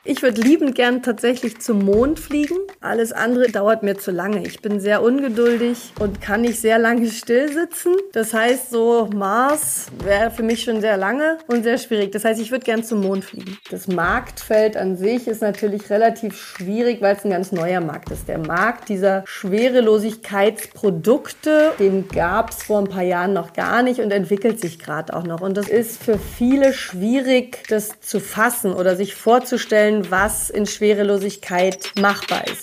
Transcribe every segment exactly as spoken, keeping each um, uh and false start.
Ich würde liebend gern tatsächlich zum Mond fliegen. Alles andere dauert mir zu lange. Ich bin sehr ungeduldig und kann nicht sehr lange still sitzen. Das heißt, so Mars wäre für mich schon sehr lange und sehr schwierig. Das heißt, ich würde gern zum Mond fliegen. Das Marktfeld an sich ist natürlich relativ schwierig, weil es ein ganz neuer Markt ist. Der Markt dieser Schwerelosigkeitsprodukte, den gab es vor ein paar Jahren noch gar nicht und entwickelt sich gerade auch noch. Und das ist für viele schwierig, das zu fassen oder sich vorzustellen, was in Schwerelosigkeit machbar ist.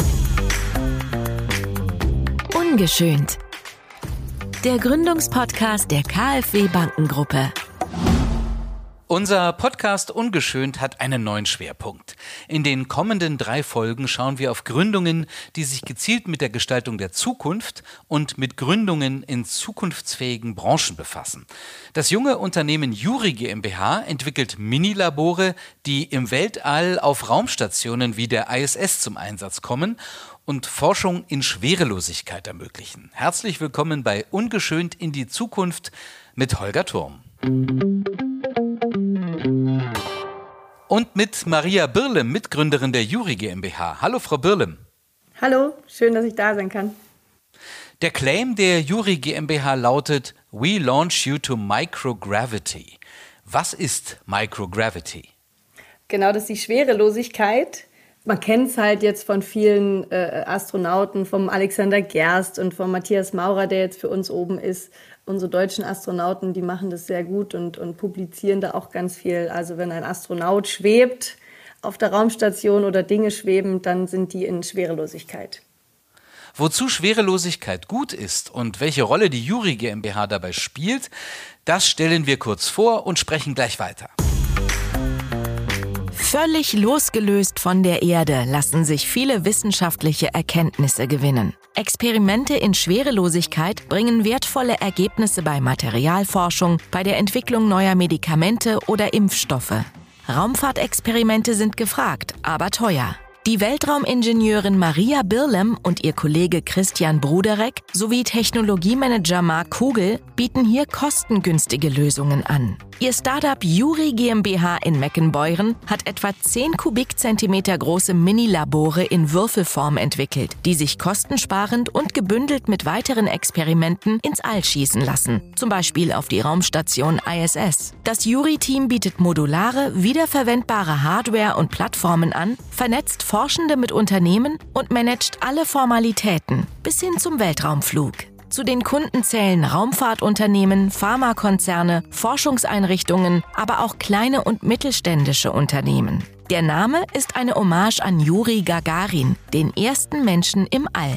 Ungeschönt. Der Gründungspodcast der K f W Bankengruppe. Unser Podcast Ungeschönt hat einen neuen Schwerpunkt. In den kommenden drei Folgen schauen wir auf Gründungen, die sich gezielt mit der Gestaltung der Zukunft und mit Gründungen in zukunftsfähigen Branchen befassen. Das junge Unternehmen Juri GmbH entwickelt Minilabore, die im Weltall auf Raumstationen wie der I S S zum Einsatz kommen und Forschung in Schwerelosigkeit ermöglichen. Herzlich willkommen bei Ungeschönt in die Zukunft mit Holger Thurm. Und mit Maria Birlem, Mitgründerin der Juri GmbH. Hallo, Frau Birlem. Hallo, schön, dass ich da sein kann. Der Claim der Juri GmbH lautet: We launch you to Microgravity. Was ist Microgravity? Genau, das ist die Schwerelosigkeit. Man kennt es halt jetzt von vielen äh, Astronauten, vom Alexander Gerst und vom Matthias Maurer, der jetzt für uns oben ist. Unsere deutschen Astronauten, die machen das sehr gut und, und publizieren da auch ganz viel. Also wenn ein Astronaut schwebt auf der Raumstation oder Dinge schweben, dann sind die in Schwerelosigkeit. Wozu Schwerelosigkeit gut ist und welche Rolle die Juri GmbH dabei spielt, das stellen wir kurz vor und sprechen gleich weiter. Völlig losgelöst von der Erde lassen sich viele wissenschaftliche Erkenntnisse gewinnen. Experimente in Schwerelosigkeit bringen wertvolle Ergebnisse bei Materialforschung, bei der Entwicklung neuer Medikamente oder Impfstoffe. Raumfahrtexperimente sind gefragt, aber teuer. Die Weltraumingenieurin Maria Birlem und ihr Kollege Christian Bruderek sowie Technologiemanager Marc Kugel bieten hier kostengünstige Lösungen an. Ihr Startup Juri GmbH in Meckenbeuren hat etwa zehn Kubikzentimeter große Minilabore in Würfelform entwickelt, die sich kostensparend und gebündelt mit weiteren Experimenten ins All schießen lassen, zum Beispiel auf die Raumstation I S S. Das Juri-Team bietet modulare, wiederverwendbare Hardware und Plattformen an, vernetzt Forschende mit Unternehmen und managt alle Formalitäten bis hin zum Weltraumflug. Zu den Kunden zählen Raumfahrtunternehmen, Pharmakonzerne, Forschungseinrichtungen, aber auch kleine und mittelständische Unternehmen. Der Name ist eine Hommage an Juri Gagarin, den ersten Menschen im All.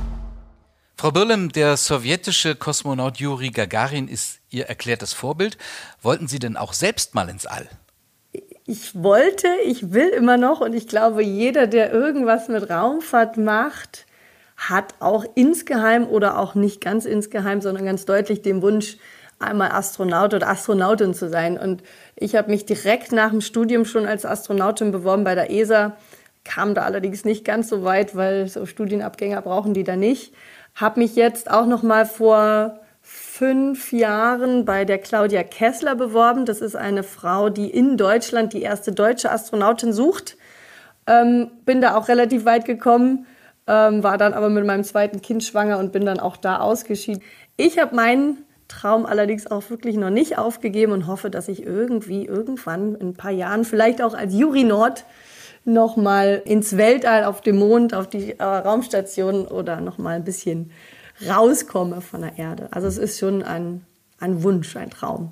Frau Birlem, der sowjetische Kosmonaut Juri Gagarin ist Ihr erklärtes Vorbild. Wollten Sie denn auch selbst mal ins All? Ich wollte, ich will immer noch und ich glaube, jeder, der irgendwas mit Raumfahrt macht, hat auch insgeheim oder auch nicht ganz insgeheim, sondern ganz deutlich den Wunsch, einmal Astronaut oder Astronautin zu sein. Und ich habe mich direkt nach dem Studium schon als Astronautin beworben bei der E S A, kam da allerdings nicht ganz so weit, weil so Studienabgänger brauchen die da nicht. Habe mich jetzt auch noch mal vor fünf Jahren bei der Claudia Kessler beworben. Das ist eine Frau, die in Deutschland die erste deutsche Astronautin sucht. Ähm, bin da auch relativ weit gekommen. Ähm, war dann aber mit meinem zweiten Kind schwanger und bin dann auch da ausgeschieden. Ich habe meinen Traum allerdings auch wirklich noch nicht aufgegeben und hoffe, dass ich irgendwie irgendwann in ein paar Jahren, vielleicht auch als Juri Nord, noch mal ins Weltall, auf dem Mond, auf die äh, Raumstation oder noch mal ein bisschen rauskomme von der Erde. Also es ist schon ein, ein Wunsch, ein Traum.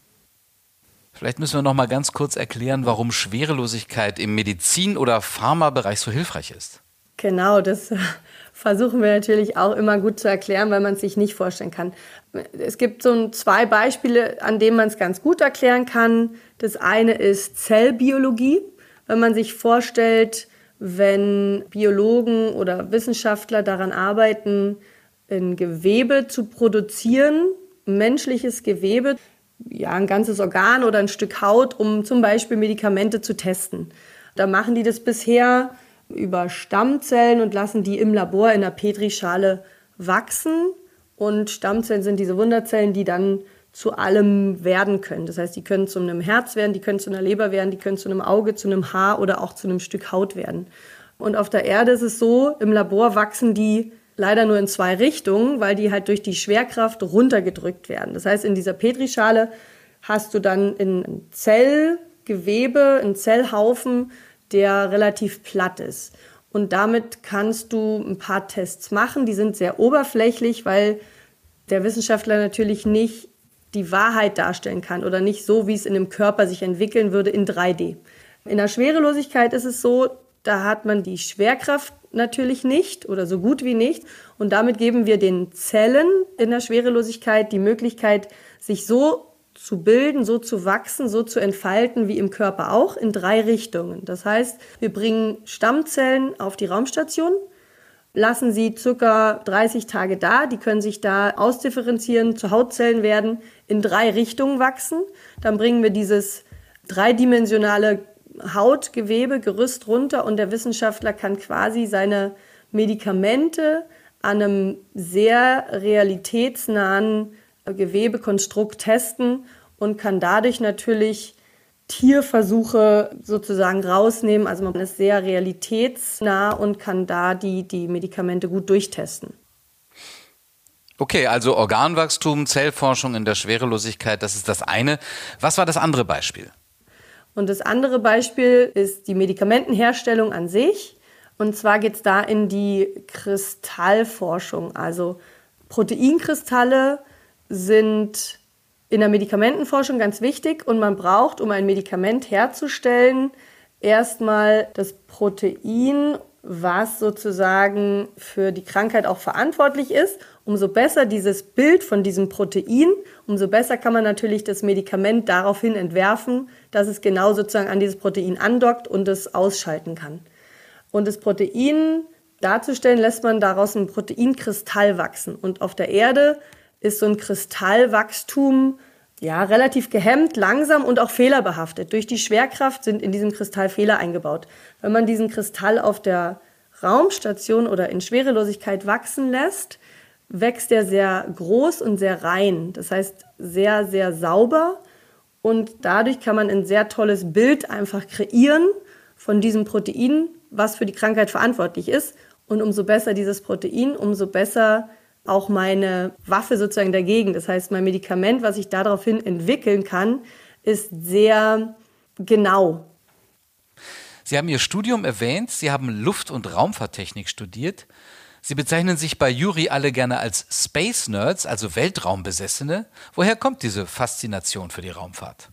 Vielleicht müssen wir noch mal ganz kurz erklären, warum Schwerelosigkeit im Medizin- oder Pharmabereich so hilfreich ist. Genau, das versuchen wir natürlich auch immer gut zu erklären, weil man es sich nicht vorstellen kann. Es gibt so zwei Beispiele, an denen man es ganz gut erklären kann. Das eine ist Zellbiologie. Wenn man sich vorstellt, wenn Biologen oder Wissenschaftler daran arbeiten, ein Gewebe zu produzieren, menschliches Gewebe, ja, ein ganzes Organ oder ein Stück Haut, um zum Beispiel Medikamente zu testen. Da machen die das bisher über Stammzellen und lassen die im Labor in einer Petrischale wachsen. Und Stammzellen sind diese Wunderzellen, die dann zu allem werden können. Das heißt, die können zu einem Herz werden, die können zu einer Leber werden, die können zu einem Auge, zu einem Haar oder auch zu einem Stück Haut werden. Und auf der Erde ist es so, im Labor wachsen die leider nur in zwei Richtungen, weil die halt durch die Schwerkraft runtergedrückt werden. Das heißt, in dieser Petrischale hast du dann ein Zellgewebe, einen Zellhaufen, der relativ platt ist. Und damit kannst du ein paar Tests machen. Die sind sehr oberflächlich, weil der Wissenschaftler natürlich nicht die Wahrheit darstellen kann oder nicht so, wie es in dem Körper sich entwickeln würde in drei D. In der Schwerelosigkeit ist es so, da hat man die Schwerkraft natürlich nicht oder so gut wie nicht. Und damit geben wir den Zellen in der Schwerelosigkeit die Möglichkeit, sich so zu bilden, so zu wachsen, so zu entfalten wie im Körper auch in drei Richtungen. Das heißt, wir bringen Stammzellen auf die Raumstation, lassen sie ca. dreißig Tage da, die können sich da ausdifferenzieren, zu Hautzellen werden, in drei Richtungen wachsen. Dann bringen wir dieses dreidimensionale Hautgewebe, Gerüst runter und der Wissenschaftler kann quasi seine Medikamente an einem sehr realitätsnahen Gewebekonstrukt testen und kann dadurch natürlich Tierversuche sozusagen rausnehmen. Also man ist sehr realitätsnah und kann da die, die Medikamente gut durchtesten. Okay, also Organwachstum, Zellforschung in der Schwerelosigkeit, das ist das eine. Was war das andere Beispiel? Und das andere Beispiel ist die Medikamentenherstellung an sich. Und zwar geht es da in die Kristallforschung. Also Proteinkristalle sind in der Medikamentenforschung ganz wichtig und man braucht, um ein Medikament herzustellen, erstmal das Protein, was sozusagen für die Krankheit auch verantwortlich ist. Umso besser dieses Bild von diesem Protein, umso besser kann man natürlich das Medikament daraufhin entwerfen, dass es genau sozusagen an dieses Protein andockt und es ausschalten kann. Und das Protein darzustellen, lässt man daraus einen Proteinkristall wachsen. Und auf der Erde ist so ein Kristallwachstum ja, relativ gehemmt, langsam und auch fehlerbehaftet. Durch die Schwerkraft sind in diesem Kristall Fehler eingebaut. Wenn man diesen Kristall auf der Raumstation oder in Schwerelosigkeit wachsen lässt, wächst er sehr groß und sehr rein. Das heißt, sehr, sehr sauber. Und dadurch kann man ein sehr tolles Bild einfach kreieren von diesem Protein, was für die Krankheit verantwortlich ist. Und umso besser dieses Protein, umso besser auch meine Waffe sozusagen dagegen. Das heißt, mein Medikament, was ich daraufhin entwickeln kann, ist sehr genau. Sie haben Ihr Studium erwähnt, Sie haben Luft- und Raumfahrttechnik studiert. Sie bezeichnen sich bei Juri alle gerne als Space Nerds, also Weltraumbesessene. Woher kommt diese Faszination für die Raumfahrt?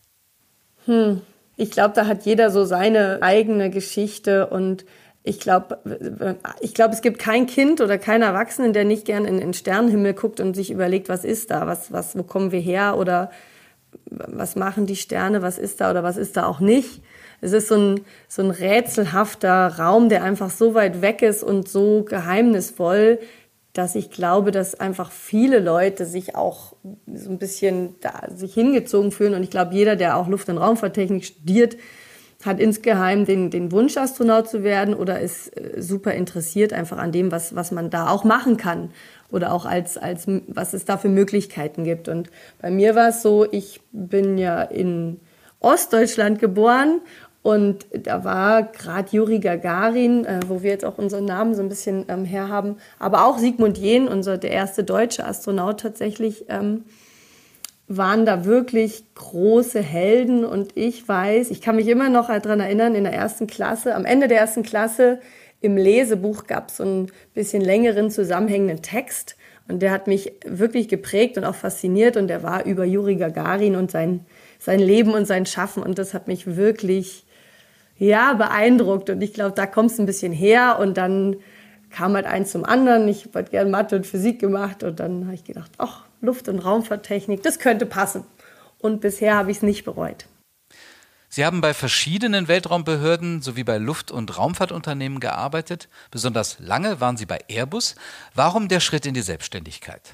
Hm. Ich glaube, da hat jeder so seine eigene Geschichte und ich glaube, ich glaube, es gibt kein Kind oder keinen Erwachsenen, der nicht gern in den Sternenhimmel guckt und sich überlegt, was ist da, was, was, wo kommen wir her oder was machen die Sterne, was ist da oder was ist da auch nicht. Es ist so ein, so ein rätselhafter Raum, der einfach so weit weg ist und so geheimnisvoll, dass ich glaube, dass einfach viele Leute sich auch so ein bisschen da sich hingezogen fühlen. Und ich glaube, jeder, der auch Luft- und Raumfahrttechnik studiert, hat insgeheim den, den Wunsch, Astronaut zu werden oder ist äh, super interessiert einfach an dem, was, was man da auch machen kann oder auch als, als, was es da für Möglichkeiten gibt. Und bei mir war es so, ich bin ja in Ostdeutschland geboren und da war gerade Juri Gagarin, äh, wo wir jetzt auch unseren Namen so ein bisschen ähm, herhaben, aber auch Sigmund Jähn, unser, der erste deutsche Astronaut tatsächlich, ähm, waren da wirklich große Helden. Und ich weiß, ich kann mich immer noch daran erinnern, in der ersten Klasse, am Ende der ersten Klasse im Lesebuch gab es so einen bisschen längeren zusammenhängenden Text. Und der hat mich wirklich geprägt und auch fasziniert. Und der war über Juri Gagarin und sein, sein Leben und sein Schaffen. Und das hat mich wirklich ja, beeindruckt. Und ich glaube, da kommt es ein bisschen her. Und dann kam halt eins zum anderen. Ich habe halt gerne Mathe und Physik gemacht. Und dann habe ich gedacht, ach, Luft- und Raumfahrttechnik, das könnte passen. Und bisher habe ich es nicht bereut. Sie haben bei verschiedenen Weltraumbehörden sowie bei Luft- und Raumfahrtunternehmen gearbeitet. Besonders lange waren Sie bei Airbus. Warum der Schritt in die Selbstständigkeit?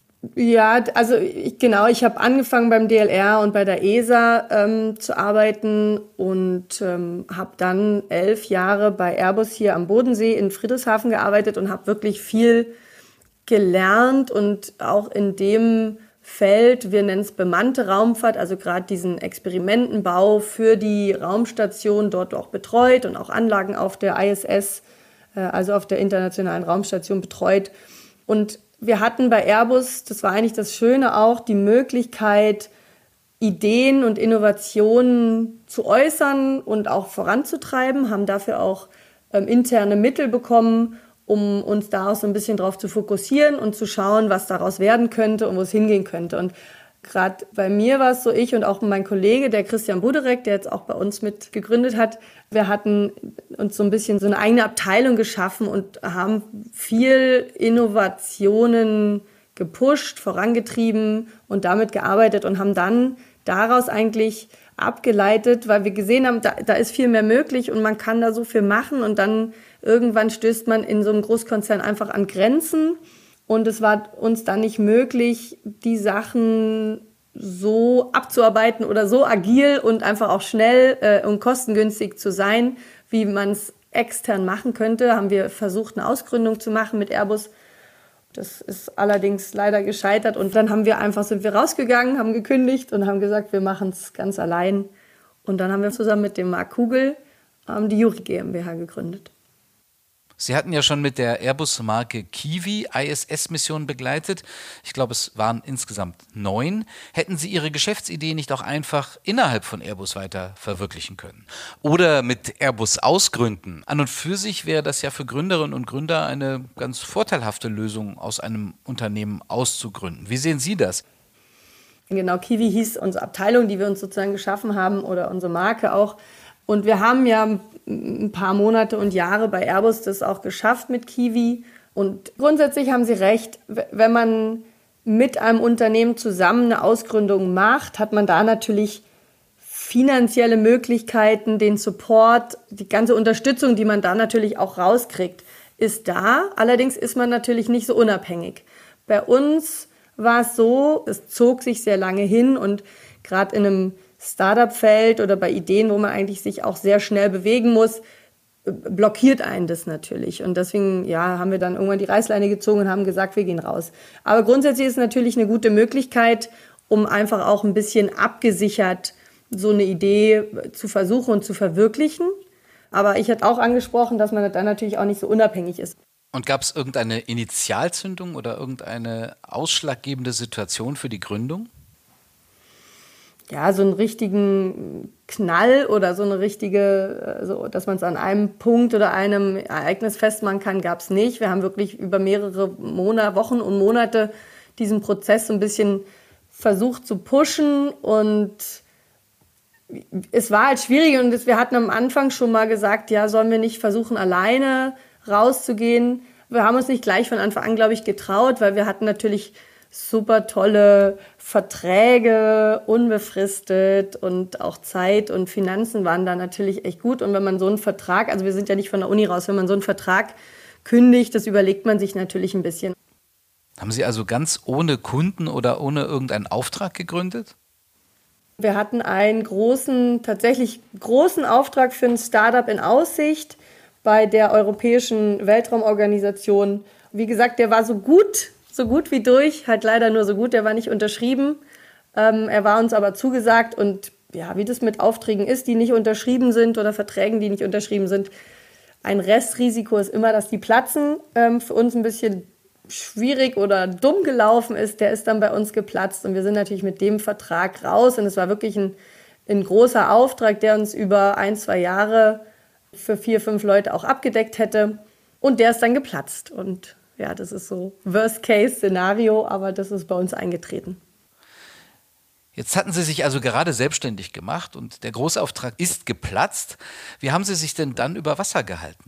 Ja, also ich, genau, ich habe angefangen beim D L R und bei der E S A ähm, zu arbeiten und ähm, habe dann elf Jahre bei Airbus hier am Bodensee in Friedrichshafen gearbeitet und habe wirklich viel gelernt und auch in dem Feld, wir nennen es bemannte Raumfahrt, also gerade diesen Experimentenbau für die Raumstation dort auch betreut und auch Anlagen auf der I S S, also auf der Internationalen Raumstation betreut. Und wir hatten bei Airbus, das war eigentlich das Schöne auch, die Möglichkeit, Ideen und Innovationen zu äußern und auch voranzutreiben, haben dafür auch ähm, interne Mittel bekommen, um uns da auch so ein bisschen drauf zu fokussieren und zu schauen, was daraus werden könnte und wo es hingehen könnte. Und gerade bei mir war es so, ich und auch mein Kollege, der Christian Buderek, der jetzt auch bei uns mit gegründet hat, wir hatten uns so ein bisschen so eine eigene Abteilung geschaffen und haben viel Innovationen gepusht, vorangetrieben und damit gearbeitet und haben dann daraus eigentlich abgeleitet, weil wir gesehen haben, da, da ist viel mehr möglich und man kann da so viel machen und dann irgendwann stößt man in so einem Großkonzern einfach an Grenzen und es war uns dann nicht möglich, die Sachen so abzuarbeiten oder so agil und einfach auch schnell äh, und kostengünstig zu sein, wie man es extern machen könnte. Haben wir versucht, eine Ausgründung zu machen mit Airbus. Das ist allerdings leider gescheitert und dann haben wir einfach, sind wir rausgegangen, haben gekündigt und haben gesagt, wir machen es ganz allein. Und dann haben wir zusammen mit dem Marc Kugel ähm, die Juri GmbH gegründet. Sie hatten ja schon mit der Airbus-Marke Kiwi I S S-Missionen begleitet. Ich glaube, es waren insgesamt neun. Hätten Sie Ihre Geschäftsidee nicht auch einfach innerhalb von Airbus weiter verwirklichen können? Oder mit Airbus ausgründen? An und für sich wäre das ja für Gründerinnen und Gründer eine ganz vorteilhafte Lösung, aus einem Unternehmen auszugründen. Wie sehen Sie das? Genau, Kiwi hieß unsere Abteilung, die wir uns sozusagen geschaffen haben oder unsere Marke auch. Und wir haben ja ein paar Monate und Jahre bei Airbus das auch geschafft mit Kiwi. Und grundsätzlich haben Sie recht, wenn man mit einem Unternehmen zusammen eine Ausgründung macht, hat man da natürlich finanzielle Möglichkeiten, den Support, die ganze Unterstützung, die man da natürlich auch rauskriegt, ist da. Allerdings ist man natürlich nicht so unabhängig. Bei uns war es so, es zog sich sehr lange hin und gerade in einem Startup-Feld oder bei Ideen, wo man eigentlich sich auch sehr schnell bewegen muss, blockiert einen das natürlich. Und deswegen ja, haben wir dann irgendwann die Reißleine gezogen und haben gesagt, wir gehen raus. Aber grundsätzlich ist es natürlich eine gute Möglichkeit, um einfach auch ein bisschen abgesichert so eine Idee zu versuchen und zu verwirklichen. Aber ich hatte auch angesprochen, dass man dann natürlich auch nicht so unabhängig ist. Und gab es irgendeine Initialzündung oder irgendeine ausschlaggebende Situation für die Gründung? Ja, so einen richtigen Knall oder so eine richtige, so, dass man es an einem Punkt oder einem Ereignis festmachen kann, gab es nicht. Wir haben wirklich über mehrere Monate, Wochen und Monate diesen Prozess so ein bisschen versucht zu pushen und es war halt schwierig und wir hatten am Anfang schon mal gesagt, ja, sollen wir nicht versuchen, alleine rauszugehen. Wir haben uns nicht gleich von Anfang an, glaube ich, getraut, weil wir hatten natürlich super tolle Verträge, unbefristet und auch Zeit und Finanzen waren da natürlich echt gut. Und wenn man so einen Vertrag, also wir sind ja nicht von der Uni raus, wenn man so einen Vertrag kündigt, das überlegt man sich natürlich ein bisschen. Haben Sie also ganz ohne Kunden oder ohne irgendeinen Auftrag gegründet? Wir hatten einen großen, tatsächlich großen Auftrag für ein Startup in Aussicht bei der Europäischen Weltraumorganisation. Wie gesagt, der war so gut, so gut wie durch, halt leider nur so gut, der war nicht unterschrieben. Ähm, er war uns aber zugesagt und ja, wie das mit Aufträgen ist, die nicht unterschrieben sind oder Verträgen, die nicht unterschrieben sind, ein Restrisiko ist immer, dass die platzen. Ähm, für uns ein bisschen schwierig oder dumm gelaufen ist, der ist dann bei uns geplatzt und wir sind natürlich mit dem Vertrag raus und es war wirklich ein, ein großer Auftrag, der uns über ein, zwei Jahre für vier, fünf Leute auch abgedeckt hätte und der ist dann geplatzt und ja, das ist so Worst-Case-Szenario, aber das ist bei uns eingetreten. Jetzt hatten Sie sich also gerade selbstständig gemacht und der Großauftrag ist geplatzt. Wie haben Sie sich denn dann über Wasser gehalten?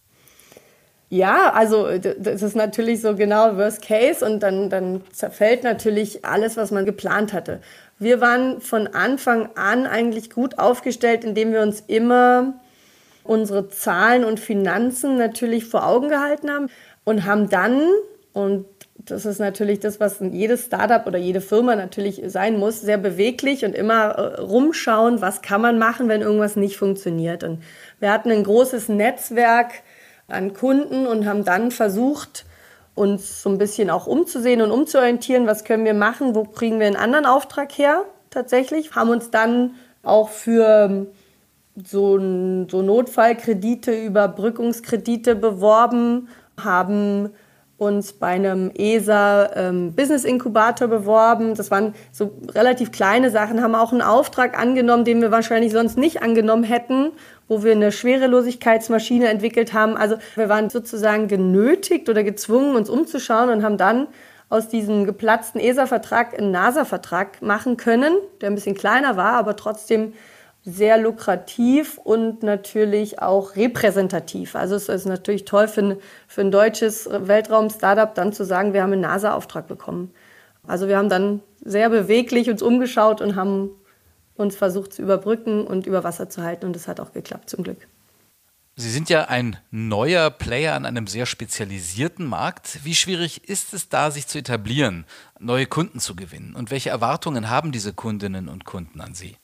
Ja, also das ist natürlich so genau Worst Case und dann, dann zerfällt natürlich alles, was man geplant hatte. Wir waren von Anfang an eigentlich gut aufgestellt, indem wir uns immer unsere Zahlen und Finanzen natürlich vor Augen gehalten haben und haben dann, und das ist natürlich das, was jedes Startup oder jede Firma natürlich sein muss, sehr beweglich und immer rumschauen, was kann man machen, wenn irgendwas nicht funktioniert. Und wir hatten ein großes Netzwerk an Kunden und haben dann versucht, uns so ein bisschen auch umzusehen und umzuorientieren, was können wir machen, wo kriegen wir einen anderen Auftrag her tatsächlich. Haben uns dann auch für so, so Notfallkredite, Überbrückungskredite beworben, haben uns bei einem E S A ähm, Business Inkubator beworben. Das waren so relativ kleine Sachen, haben auch einen Auftrag angenommen, den wir wahrscheinlich sonst nicht angenommen hätten, wo wir eine Schwerelosigkeitsmaschine entwickelt haben. Also wir waren sozusagen genötigt oder gezwungen, uns umzuschauen und haben dann aus diesem geplatzten E S A-Vertrag einen NASA-Vertrag machen können, der ein bisschen kleiner war, aber trotzdem sehr lukrativ und natürlich auch repräsentativ. Also es ist natürlich toll für ein, für ein deutsches Weltraum-Startup dann zu sagen, wir haben einen NASA-Auftrag bekommen. Also wir haben dann sehr beweglich uns umgeschaut und haben uns versucht zu überbrücken und über Wasser zu halten und das hat auch geklappt zum Glück. Sie sind ja ein neuer Player an einem sehr spezialisierten Markt. Wie schwierig ist es da, sich zu etablieren, neue Kunden zu gewinnen? Und welche Erwartungen haben diese Kundinnen und Kunden an Sie?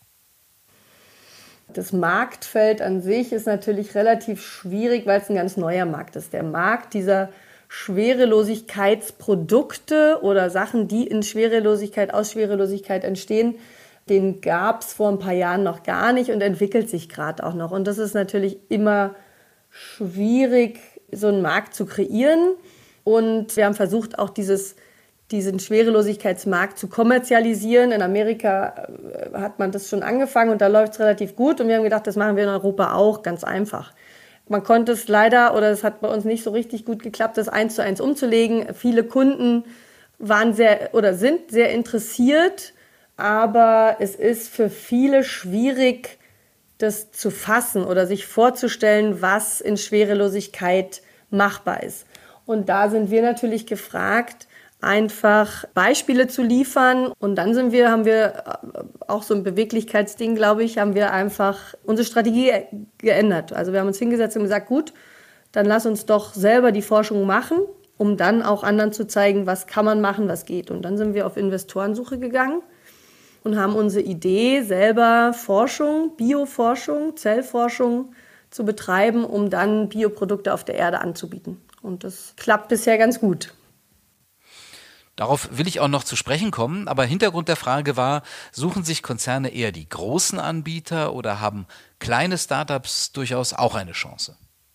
Das Marktfeld an sich ist natürlich relativ schwierig, weil es ein ganz neuer Markt ist. Der Markt dieser Schwerelosigkeitsprodukte oder Sachen, die in Schwerelosigkeit, aus Schwerelosigkeit entstehen, den gab es vor ein paar Jahren noch gar nicht und entwickelt sich gerade auch noch. Und das ist natürlich immer schwierig, so einen Markt zu kreieren. Und wir haben versucht, auch dieses diesen Schwerelosigkeitsmarkt zu kommerzialisieren. In Amerika hat man das schon angefangen und da läuft es relativ gut. Und wir haben gedacht, das machen wir in Europa auch, ganz einfach. Man konnte es leider, oder es hat bei uns nicht so richtig gut geklappt, das eins zu eins umzulegen. Viele Kunden waren sehr oder sind sehr interessiert, aber es ist für viele schwierig, das zu fassen oder sich vorzustellen, was in Schwerelosigkeit machbar ist. Und da sind wir natürlich gefragt, einfach Beispiele zu liefern. Und dann sind wir, haben wir auch so ein Beweglichkeitsding, glaube ich, haben wir einfach unsere Strategie geändert. Also wir haben uns hingesetzt und gesagt, gut, dann lass uns doch selber die Forschung machen, um dann auch anderen zu zeigen, was kann man machen, was geht. Und dann sind wir auf Investorensuche gegangen und haben unsere Idee, selber Forschung, Bioforschung, Zellforschung zu betreiben, um dann Bioprodukte auf der Erde anzubieten. Und das klappt bisher ganz gut. Darauf will ich auch noch zu sprechen kommen, aber Hintergrund der Frage war, suchen sich Konzerne eher die großen Anbieter oder haben kleine Startups durchaus auch eine Chance?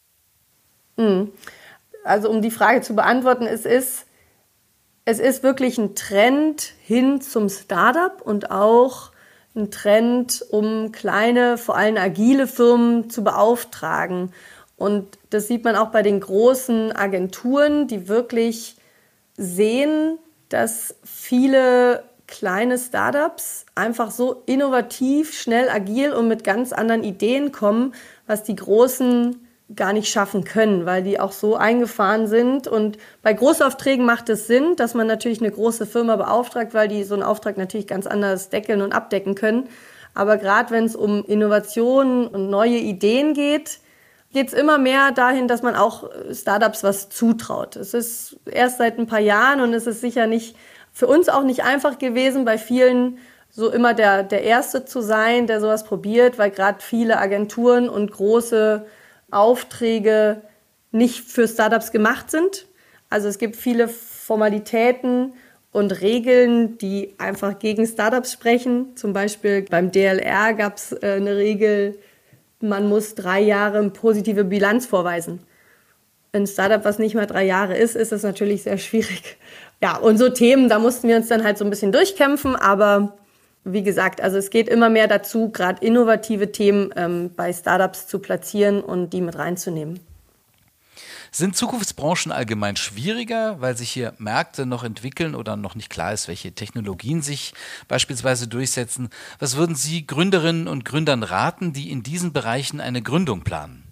Also um die Frage zu beantworten, es ist, es ist wirklich ein Trend hin zum Startup und auch ein Trend, um kleine, vor allem agile Firmen zu beauftragen. Und das sieht man auch bei den großen Agenturen, die wirklich sehen, dass viele kleine Startups einfach so innovativ, schnell, agil und mit ganz anderen Ideen kommen, was die Großen gar nicht schaffen können, weil die auch so eingefahren sind. Und bei Großaufträgen macht es Sinn, dass man natürlich eine große Firma beauftragt, weil die so einen Auftrag natürlich ganz anders deckeln und abdecken können. Aber gerade wenn es um Innovationen und neue Ideen geht, geht es immer mehr dahin, dass man auch Startups was zutraut. Es ist erst seit ein paar Jahren und es ist sicher nicht, für uns auch nicht einfach gewesen, bei vielen so immer der, der Erste zu sein, der sowas probiert, weil gerade viele Agenturen und große Aufträge nicht für Startups gemacht sind. Also es gibt viele Formalitäten und Regeln, die einfach gegen Startups sprechen. Zum Beispiel beim D L R gab es äh, eine Regel, man muss drei Jahre eine positive Bilanz vorweisen. Ein Startup, was nicht mal drei Jahre ist, ist das natürlich sehr schwierig. Ja, und so Themen, da mussten wir uns dann halt so ein bisschen durchkämpfen. Aber wie gesagt, also es geht immer mehr dazu, gerade innovative Themen ähm, bei Startups zu platzieren und die mit reinzunehmen. Sind Zukunftsbranchen allgemein schwieriger, weil sich hier Märkte noch entwickeln oder noch nicht klar ist, welche Technologien sich beispielsweise durchsetzen? Was würden Sie Gründerinnen und Gründern raten, die in diesen Bereichen eine Gründung planen?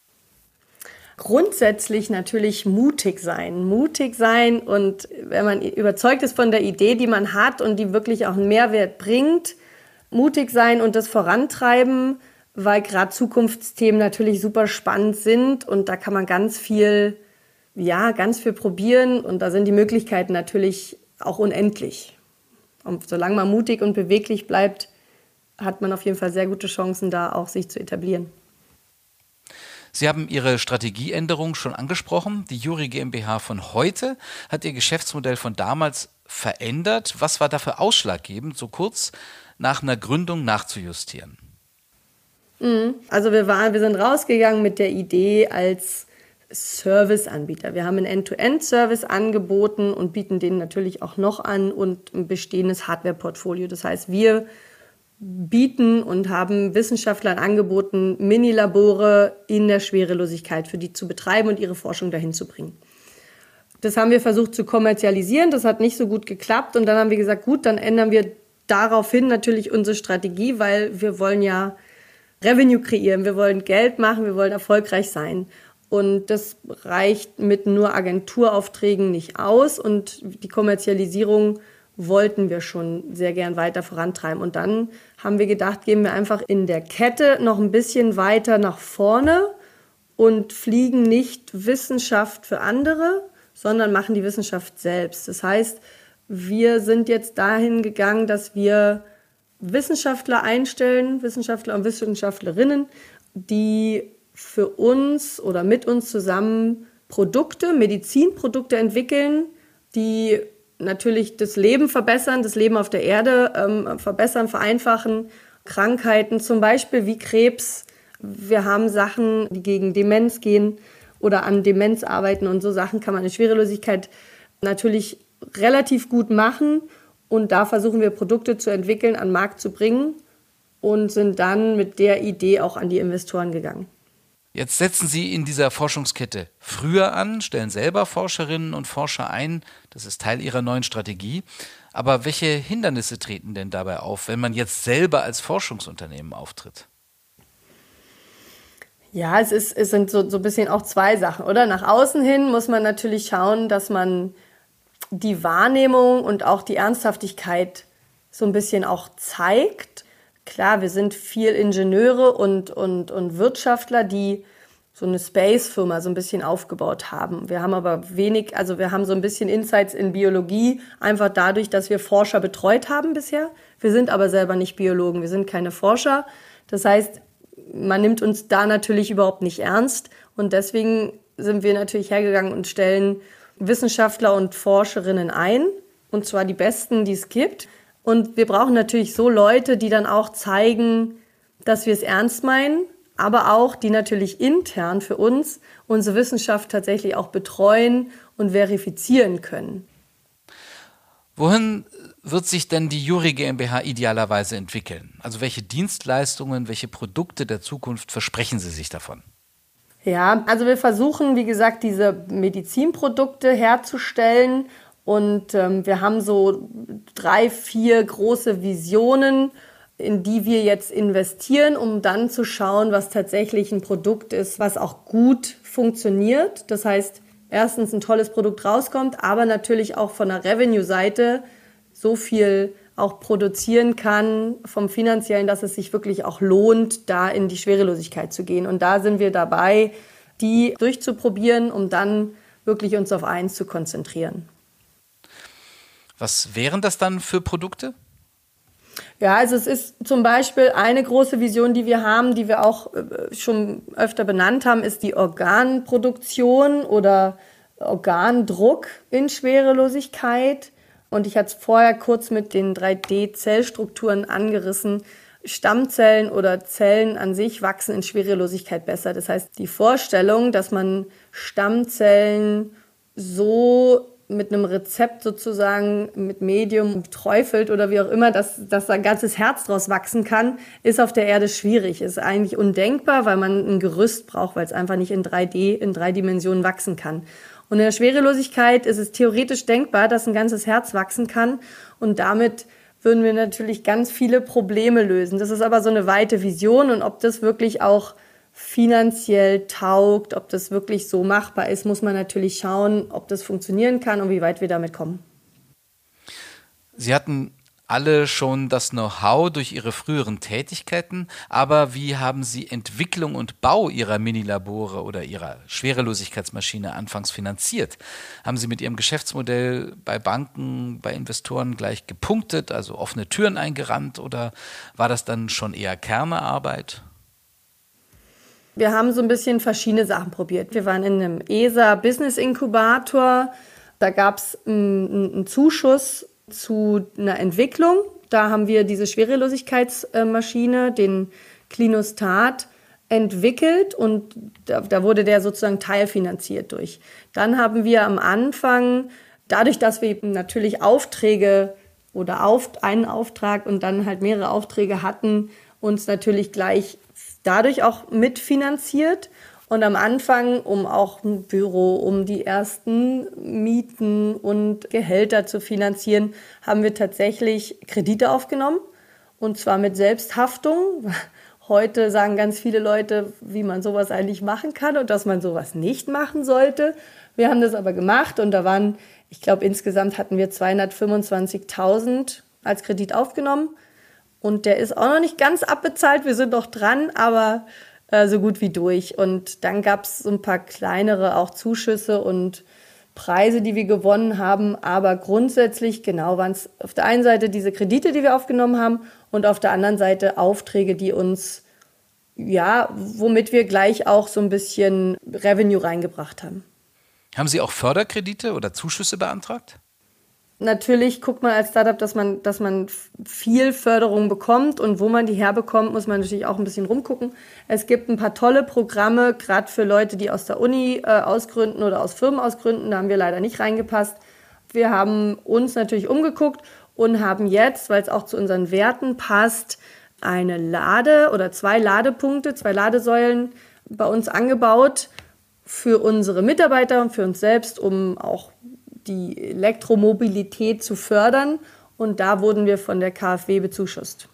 Grundsätzlich natürlich mutig sein. Mutig sein und wenn man überzeugt ist von der Idee, die man hat und die wirklich auch einen Mehrwert bringt, mutig sein und das vorantreiben, weil gerade Zukunftsthemen natürlich super spannend sind und da kann man ganz viel, ja, ganz viel probieren und da sind die Möglichkeiten natürlich auch unendlich. Und solange man mutig und beweglich bleibt, hat man auf jeden Fall sehr gute Chancen, da auch sich zu etablieren. Sie haben Ihre Strategieänderung schon angesprochen. Die Jury GmbH von heute hat ihr Geschäftsmodell von damals verändert. Was war dafür ausschlaggebend, so kurz nach einer Gründung nachzujustieren? Also wir waren, wir sind rausgegangen mit der Idee als Serviceanbieter. Wir haben einen End-to-End-Service angeboten und bieten den natürlich auch noch an und ein bestehendes Hardware-Portfolio. Das heißt, wir bieten und haben Wissenschaftlern angeboten, Minilabore in der Schwerelosigkeit für die zu betreiben und ihre Forschung dahin zu bringen. Das haben wir versucht zu kommerzialisieren, das hat nicht so gut geklappt und dann haben wir gesagt, gut, dann ändern wir daraufhin natürlich unsere Strategie, weil wir wollen ja Revenue kreieren, wir wollen Geld machen, wir wollen erfolgreich sein. Und das reicht mit nur Agenturaufträgen nicht aus und die Kommerzialisierung wollten wir schon sehr gern weiter vorantreiben. Und dann haben wir gedacht, gehen wir einfach in der Kette noch ein bisschen weiter nach vorne und fliegen nicht Wissenschaft für andere, sondern machen die Wissenschaft selbst. Das heißt, wir sind jetzt dahin gegangen, dass wir Wissenschaftler einstellen, Wissenschaftler und Wissenschaftlerinnen, die für uns oder mit uns zusammen Produkte, Medizinprodukte entwickeln, die natürlich das Leben verbessern, das Leben auf der Erde ähm, verbessern, vereinfachen, Krankheiten zum Beispiel wie Krebs. Wir haben Sachen, die gegen Demenz gehen oder an Demenz arbeiten und so Sachen kann man in Schwerelosigkeit natürlich relativ gut machen und da versuchen wir Produkte zu entwickeln, an den Markt zu bringen und sind dann mit der Idee auch an die Investoren gegangen. Jetzt setzen Sie in dieser Forschungskette früher an, stellen selber Forscherinnen und Forscher ein. Das ist Teil Ihrer neuen Strategie. Aber welche Hindernisse treten denn dabei auf, wenn man jetzt selber als Forschungsunternehmen auftritt? Ja, es, ist, es sind so, so ein bisschen auch zwei Sachen, oder? Nach außen hin muss man natürlich schauen, dass man die Wahrnehmung und auch die Ernsthaftigkeit so ein bisschen auch zeigt. Klar, wir sind viel Ingenieure und, und, und Wirtschaftler, die so eine Space-Firma so ein bisschen aufgebaut haben. Wir haben aber wenig, also wir haben so ein bisschen Insights in Biologie, einfach dadurch, dass wir Forscher betreut haben bisher. Wir sind aber selber nicht Biologen, wir sind keine Forscher. Das heißt, man nimmt uns da natürlich überhaupt nicht ernst. Und deswegen sind wir natürlich hergegangen und stellen Wissenschaftler und Forscherinnen ein. Und zwar die besten, die es gibt. Und wir brauchen natürlich so Leute, die dann auch zeigen, dass wir es ernst meinen, aber auch die natürlich intern für uns unsere Wissenschaft tatsächlich auch betreuen und verifizieren können. Wohin wird sich denn die Jury GmbH idealerweise entwickeln? Also welche Dienstleistungen, welche Produkte der Zukunft versprechen Sie sich davon? Ja, also wir versuchen, wie gesagt, diese Medizinprodukte herzustellen. Und ähm, wir haben so drei, vier große Visionen, in die wir jetzt investieren, um dann zu schauen, was tatsächlich ein Produkt ist, was auch gut funktioniert. Das heißt, erstens ein tolles Produkt rauskommt, aber natürlich auch von der Revenue-Seite so viel auch produzieren kann vom Finanziellen, dass es sich wirklich auch lohnt, da in die Schwerelosigkeit zu gehen. Und da sind wir dabei, die durchzuprobieren, um dann wirklich uns auf eins zu konzentrieren. Was wären das dann für Produkte? Ja, also es ist zum Beispiel eine große Vision, die wir haben, die wir auch schon öfter benannt haben, ist die Organproduktion oder Organdruck in Schwerelosigkeit. Und ich hatte es vorher kurz mit den drei D Zellstrukturen angerissen. Stammzellen oder Zellen an sich wachsen in Schwerelosigkeit besser. Das heißt, die Vorstellung, dass man Stammzellen so mit einem Rezept sozusagen mit Medium träufelt oder wie auch immer, dass, dass da ein ganzes Herz draus wachsen kann, ist auf der Erde schwierig. Ist eigentlich undenkbar, weil man ein Gerüst braucht, weil es einfach nicht in drei D, in drei Dimensionen wachsen kann. Und in der Schwerelosigkeit ist es theoretisch denkbar, dass ein ganzes Herz wachsen kann und damit würden wir natürlich ganz viele Probleme lösen. Das ist aber so eine weite Vision und ob das wirklich auch finanziell taugt, ob das wirklich so machbar ist, muss man natürlich schauen, ob das funktionieren kann und wie weit wir damit kommen. Sie hatten alle schon das Know-how durch Ihre früheren Tätigkeiten, aber wie haben Sie Entwicklung und Bau Ihrer Minilabore oder Ihrer Schwerelosigkeitsmaschine anfangs finanziert? Haben Sie mit Ihrem Geschäftsmodell bei Banken, bei Investoren gleich gepunktet, also offene Türen eingerannt oder war das dann schon eher Kernearbeit? Wir haben so ein bisschen verschiedene Sachen probiert. Wir waren in einem E S A Business Inkubator. Da gab es einen, einen Zuschuss zu einer Entwicklung. Da haben wir diese Schwerelosigkeitsmaschine, den Clinostat, entwickelt und da, da wurde der sozusagen teilfinanziert durch. Dann haben wir am Anfang, dadurch, dass wir natürlich Aufträge oder auf, einen Auftrag und dann halt mehrere Aufträge hatten, uns natürlich gleich dadurch auch mitfinanziert. Und am Anfang, um auch ein Büro, um die ersten Mieten und Gehälter zu finanzieren, haben wir tatsächlich Kredite aufgenommen. Und zwar mit Selbsthaftung. Heute sagen ganz viele Leute, wie man sowas eigentlich machen kann und dass man sowas nicht machen sollte. Wir haben das aber gemacht und da waren, ich glaube, insgesamt hatten wir zweihundertfünfundzwanzigtausend als Kredit aufgenommen. Und der ist auch noch nicht ganz abbezahlt. Wir sind noch dran, aber äh, so gut wie durch. Und dann gab es so ein paar kleinere auch Zuschüsse und Preise, die wir gewonnen haben. Aber grundsätzlich, genau, waren es auf der einen Seite diese Kredite, die wir aufgenommen haben und auf der anderen Seite Aufträge, die uns, ja, womit wir gleich auch so ein bisschen Revenue reingebracht haben. Haben Sie auch Förderkredite oder Zuschüsse beantragt? Natürlich guckt man als Startup, dass man, dass man viel Förderung bekommt und wo man die herbekommt, muss man natürlich auch ein bisschen rumgucken. Es gibt ein paar tolle Programme, gerade für Leute, die aus der Uni äh, ausgründen oder aus Firmen ausgründen, da haben wir leider nicht reingepasst. Wir haben uns natürlich umgeguckt und haben jetzt, weil es auch zu unseren Werten passt, eine Lade- oder zwei Ladepunkte, zwei Ladesäulen bei uns angebaut für unsere Mitarbeiter und für uns selbst, um auch die Elektromobilität zu fördern. Und da wurden wir von der KfW bezuschusst.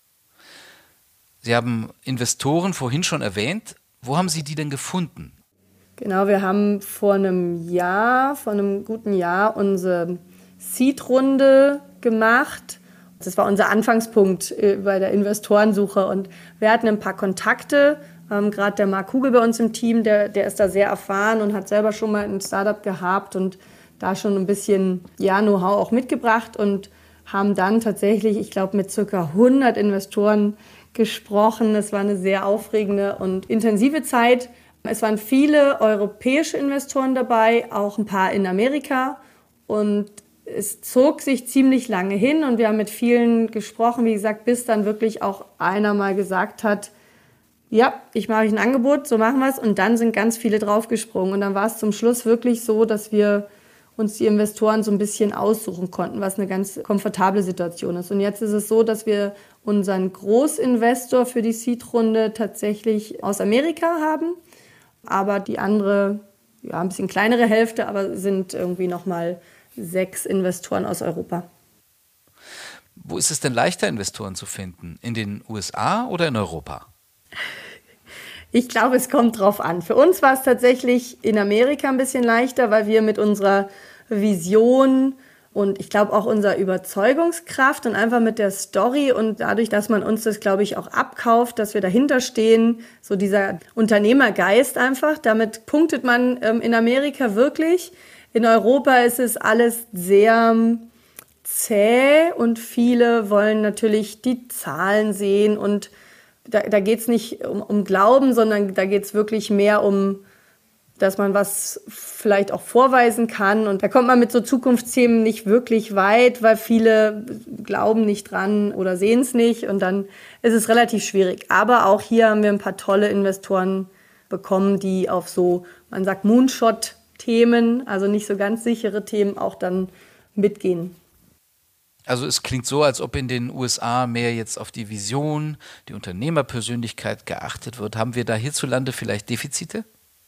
Sie haben Investoren vorhin schon erwähnt. Wo haben Sie die denn gefunden? Genau, wir haben vor einem Jahr, vor einem guten Jahr unsere Seed-Runde gemacht. Das war unser Anfangspunkt bei der Investorensuche. Und wir hatten ein paar Kontakte. Ähm, Gerade der Marc Kugel bei uns im Team, der, der ist da sehr erfahren und hat selber schon mal ein Startup gehabt und da schon ein bisschen ja, Know-how auch mitgebracht und haben dann tatsächlich, ich glaube, mit ca. hundert Investoren gesprochen. Es war eine sehr aufregende und intensive Zeit. Es waren viele europäische Investoren dabei, auch ein paar in Amerika. Und es zog sich ziemlich lange hin und wir haben mit vielen gesprochen, wie gesagt, bis dann wirklich auch einer mal gesagt hat, ja, ich mache euch ein Angebot, so machen wir es. Und dann sind ganz viele draufgesprungen. Und dann war es zum Schluss wirklich so, dass wir uns die Investoren so ein bisschen aussuchen konnten, was eine ganz komfortable Situation ist. Und jetzt ist es so, dass wir unseren Großinvestor für die Seed-Runde tatsächlich aus Amerika haben. Aber die andere, ja, ein bisschen kleinere Hälfte, aber sind irgendwie nochmal sechs Investoren aus Europa. Wo ist es denn leichter, Investoren zu finden? In den U S A oder in Europa? Ich glaube, es kommt drauf an. Für uns war es tatsächlich in Amerika ein bisschen leichter, weil wir mit unserer Vision und ich glaube auch unserer Überzeugungskraft und einfach mit der Story und dadurch, dass man uns das, glaube ich, auch abkauft, dass wir dahinter stehen, so dieser Unternehmergeist einfach, damit punktet man ähm, in Amerika wirklich. In Europa ist es alles sehr zäh und viele wollen natürlich die Zahlen sehen und Da, da geht es nicht um, um Glauben, sondern da geht es wirklich mehr um, dass man was vielleicht auch vorweisen kann. Und da kommt man mit so Zukunftsthemen nicht wirklich weit, weil viele glauben nicht dran oder sehen es nicht. Und dann ist es relativ schwierig. Aber auch hier haben wir ein paar tolle Investoren bekommen, die auf so, man sagt Moonshot-Themen, also nicht so ganz sichere Themen, auch dann mitgehen. Also es klingt so, als ob in den U S A mehr jetzt auf die Vision, die Unternehmerpersönlichkeit geachtet wird. Haben wir da hierzulande vielleicht Defizite?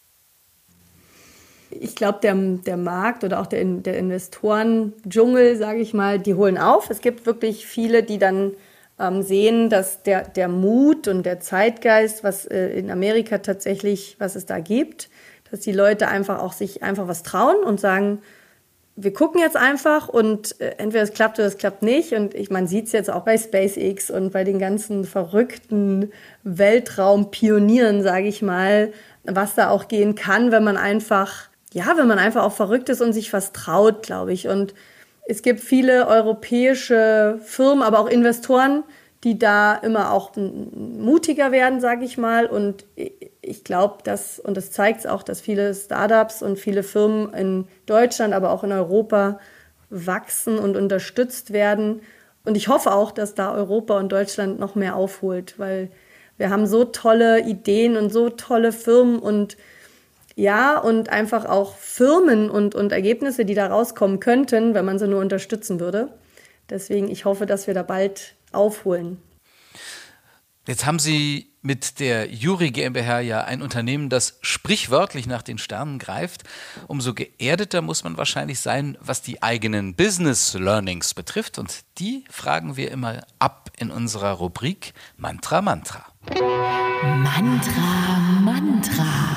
Ich glaube, der, der Markt oder auch der, der Investoren-Dschungel, sage ich mal, die holen auf. Es gibt wirklich viele, die dann ähm, sehen, dass der, der Mut und der Zeitgeist, was äh, in Amerika tatsächlich, was es da gibt, dass die Leute einfach auch sich einfach was trauen und sagen, wir gucken jetzt einfach und äh, entweder es klappt oder es klappt nicht. Und ich, man sieht es jetzt auch bei SpaceX und bei den ganzen verrückten Weltraumpionieren, sage ich mal, was da auch gehen kann, wenn man einfach, ja, wenn man einfach auch verrückt ist und sich was traut, glaube ich. Und es gibt viele europäische Firmen, aber auch Investoren, die da immer auch mutiger werden, sage ich mal. Und ich glaube, dass, und das zeigt es auch, dass viele Startups und viele Firmen in Deutschland, aber auch in Europa wachsen und unterstützt werden. Und ich hoffe auch, dass da Europa und Deutschland noch mehr aufholt, weil wir haben so tolle Ideen und so tolle Firmen und ja, und einfach auch Firmen und, und Ergebnisse, die da rauskommen könnten, wenn man sie nur unterstützen würde. Deswegen, ich hoffe, dass wir da bald aufholen. Jetzt haben Sie mit der Jury GmbH ja ein Unternehmen, das sprichwörtlich nach den Sternen greift. Umso geerdeter muss man wahrscheinlich sein, was die eigenen Business Learnings betrifft. Und die fragen wir immer ab in unserer Rubrik Mantra Mantra. Mantra Mantra.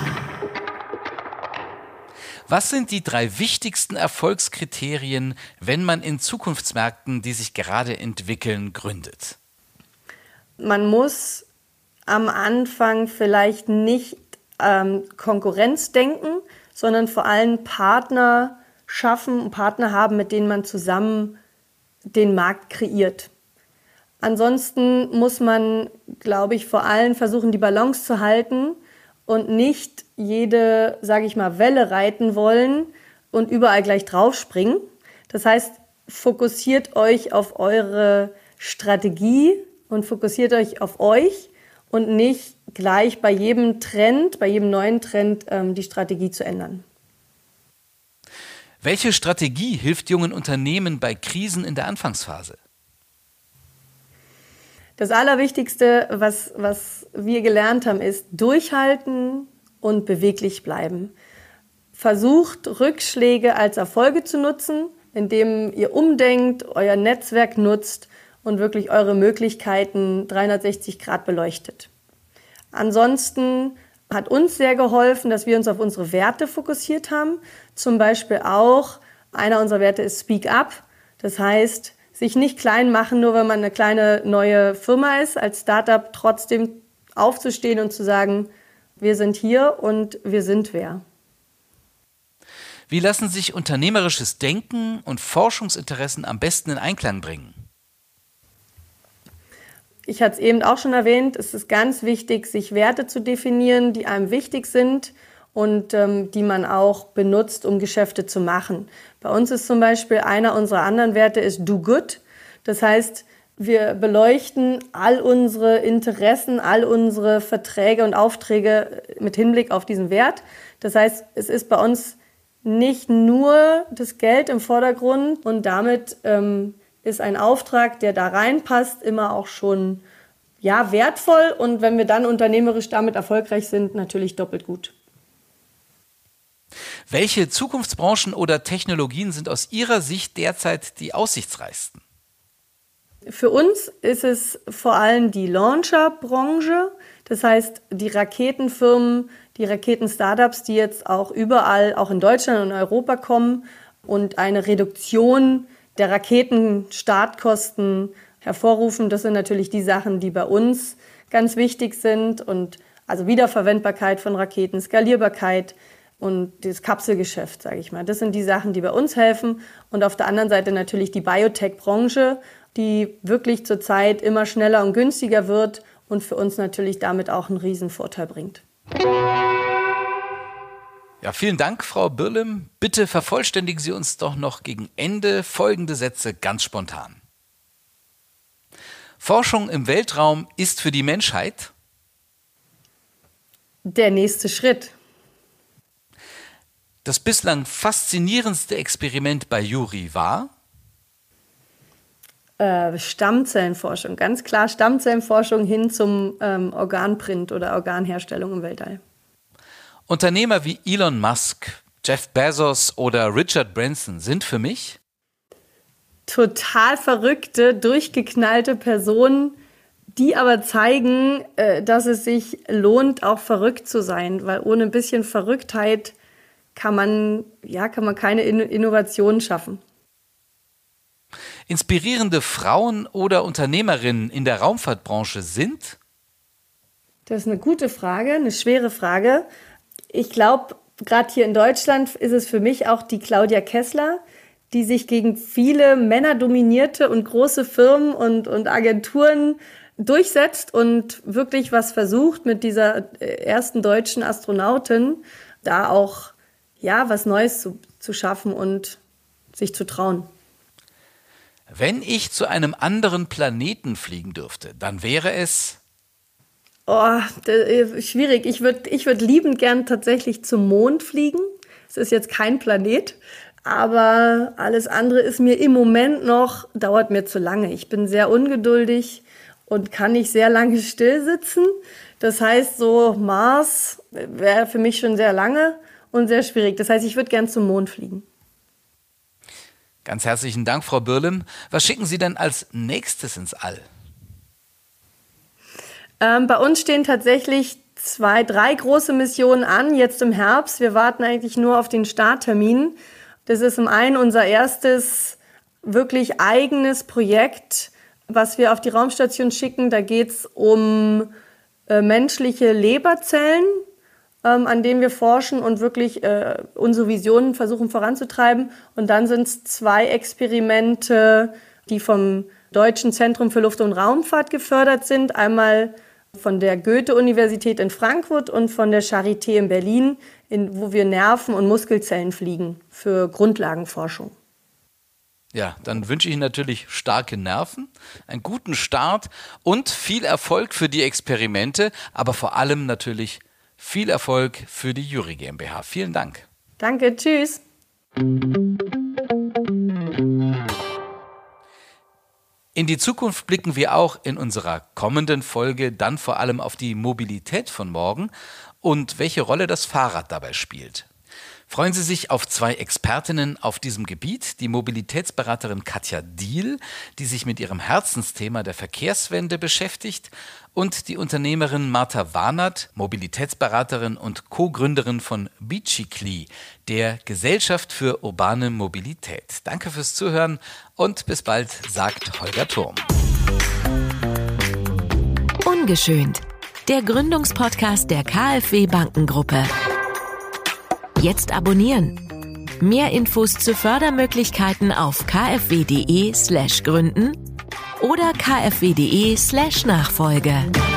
Was sind die drei wichtigsten Erfolgskriterien, wenn man in Zukunftsmärkten, die sich gerade entwickeln, gründet? Man muss am Anfang vielleicht nicht ähm, Konkurrenz denken, sondern vor allem Partner schaffen, Partner haben, mit denen man zusammen den Markt kreiert. Ansonsten muss man, glaube ich, vor allem versuchen, die Balance zu halten und nicht jede, sage ich mal, Welle reiten wollen und überall gleich draufspringen. Das heißt, fokussiert euch auf eure Strategie und fokussiert euch auf euch und nicht gleich bei jedem Trend, bei jedem neuen Trend ähm, die Strategie zu ändern. Welche Strategie hilft jungen Unternehmen bei Krisen in der Anfangsphase? Das Allerwichtigste, was, was wir gelernt haben, ist durchhalten und beweglich bleiben. Versucht, Rückschläge als Erfolge zu nutzen, indem ihr umdenkt, euer Netzwerk nutzt und wirklich eure Möglichkeiten dreihundertsechzig Grad beleuchtet. Ansonsten hat uns sehr geholfen, dass wir uns auf unsere Werte fokussiert haben. Zum Beispiel auch, einer unserer Werte ist Speak Up. Das heißt, sich nicht klein machen, nur weil man eine kleine neue Firma ist, als Startup trotzdem aufzustehen und zu sagen, wir sind hier und wir sind wer. Wie lassen sich unternehmerisches Denken und Forschungsinteressen am besten in Einklang bringen? Ich hatte es eben auch schon erwähnt, es ist ganz wichtig, sich Werte zu definieren, die einem wichtig sind und ähm, die man auch benutzt, um Geschäfte zu machen. Bei uns ist zum Beispiel einer unserer anderen Werte ist Do Good. Das heißt, wir beleuchten all unsere Interessen, all unsere Verträge und Aufträge mit Hinblick auf diesen Wert. Das heißt, es ist bei uns nicht nur das Geld im Vordergrund und damit ähm, ist ein Auftrag, der da reinpasst, immer auch schon ja, wertvoll und wenn wir dann unternehmerisch damit erfolgreich sind, natürlich doppelt gut. Welche Zukunftsbranchen oder Technologien sind aus Ihrer Sicht derzeit die aussichtsreichsten? Für uns ist es vor allem die Launcher-Branche, das heißt die Raketenfirmen, die Raketen-Startups, die jetzt auch überall, auch in Deutschland und Europa kommen und eine Reduktion der Raketenstartkosten hervorrufen. Das sind natürlich die Sachen, die bei uns ganz wichtig sind und also Wiederverwendbarkeit von Raketen, Skalierbarkeit und das Kapselgeschäft, sage ich mal. Das sind die Sachen, die bei uns helfen und auf der anderen Seite natürlich die Biotech-Branche, die wirklich zurzeit immer schneller und günstiger wird und für uns natürlich damit auch einen Riesenvorteil bringt. Ja, vielen Dank, Frau Birlem. Bitte vervollständigen Sie uns doch noch gegen Ende folgende Sätze ganz spontan. Forschung im Weltraum ist für die Menschheit der nächste Schritt. Das bislang faszinierendste Experiment bei Jury war? Äh, Stammzellenforschung, ganz klar Stammzellenforschung hin zum ähm, Organprint oder Organherstellung im Weltall. Unternehmer wie Elon Musk, Jeff Bezos oder Richard Branson sind für mich total verrückte, durchgeknallte Personen, die aber zeigen, äh, dass es sich lohnt, auch verrückt zu sein, weil ohne ein bisschen Verrücktheit kann man, ja, kann man keine In- Innovation schaffen. Inspirierende Frauen oder Unternehmerinnen in der Raumfahrtbranche sind? Das ist eine gute Frage, eine schwere Frage. Ich glaube, gerade hier in Deutschland ist es für mich auch die Claudia Kessler, die sich gegen viele männerdominierte und große Firmen und, und Agenturen durchsetzt und wirklich was versucht mit dieser ersten deutschen Astronautin, da auch ja was Neues zu, zu schaffen und sich zu trauen. Wenn ich zu einem anderen Planeten fliegen dürfte, dann wäre es... Oh, schwierig. Ich würde ich würd liebend gern tatsächlich zum Mond fliegen. Es ist jetzt kein Planet, aber alles andere ist mir im Moment noch, dauert mir zu lange. Ich bin sehr ungeduldig und kann nicht sehr lange still sitzen. Das heißt, so Mars wäre für mich schon sehr lange und sehr schwierig. Das heißt, ich würde gern zum Mond fliegen. Ganz herzlichen Dank, Frau Bürlem. Was schicken Sie denn als nächstes ins All? Ähm, bei uns stehen tatsächlich zwei, drei große Missionen an, jetzt im Herbst. Wir warten eigentlich nur auf den Starttermin. Das ist zum einen unser erstes wirklich eigenes Projekt, was wir auf die Raumstation schicken. Da geht es um äh, menschliche Leberzellen, ähm, an denen wir forschen und wirklich äh, unsere Visionen versuchen voranzutreiben. Und dann sind es zwei Experimente, die vom Deutschen Zentrum für Luft- und Raumfahrt gefördert sind. Einmal von der Goethe-Universität in Frankfurt und von der Charité in Berlin, in, wo wir Nerven- und Muskelzellen fliegen für Grundlagenforschung. Ja, dann wünsche ich Ihnen natürlich starke Nerven, einen guten Start und viel Erfolg für die Experimente, aber vor allem natürlich viel Erfolg für die Jury GmbH. Vielen Dank. Danke, tschüss. In die Zukunft blicken wir auch in unserer kommenden Folge dann vor allem auf die Mobilität von morgen und welche Rolle das Fahrrad dabei spielt. Freuen Sie sich auf zwei Expertinnen auf diesem Gebiet, die Mobilitätsberaterin Katja Diehl, die sich mit ihrem Herzensthema der Verkehrswende beschäftigt, und die Unternehmerin Martha Warnert, Mobilitätsberaterin und Co-Gründerin von Bicicli, der Gesellschaft für urbane Mobilität. Danke fürs Zuhören und bis bald, sagt Holger Thurm. Ungeschönt, der Gründungspodcast der KfW Bankengruppe. Jetzt abonnieren. Mehr Infos zu Fördermöglichkeiten auf kfw.de slash gründen oder kfw.de slash Nachfolge.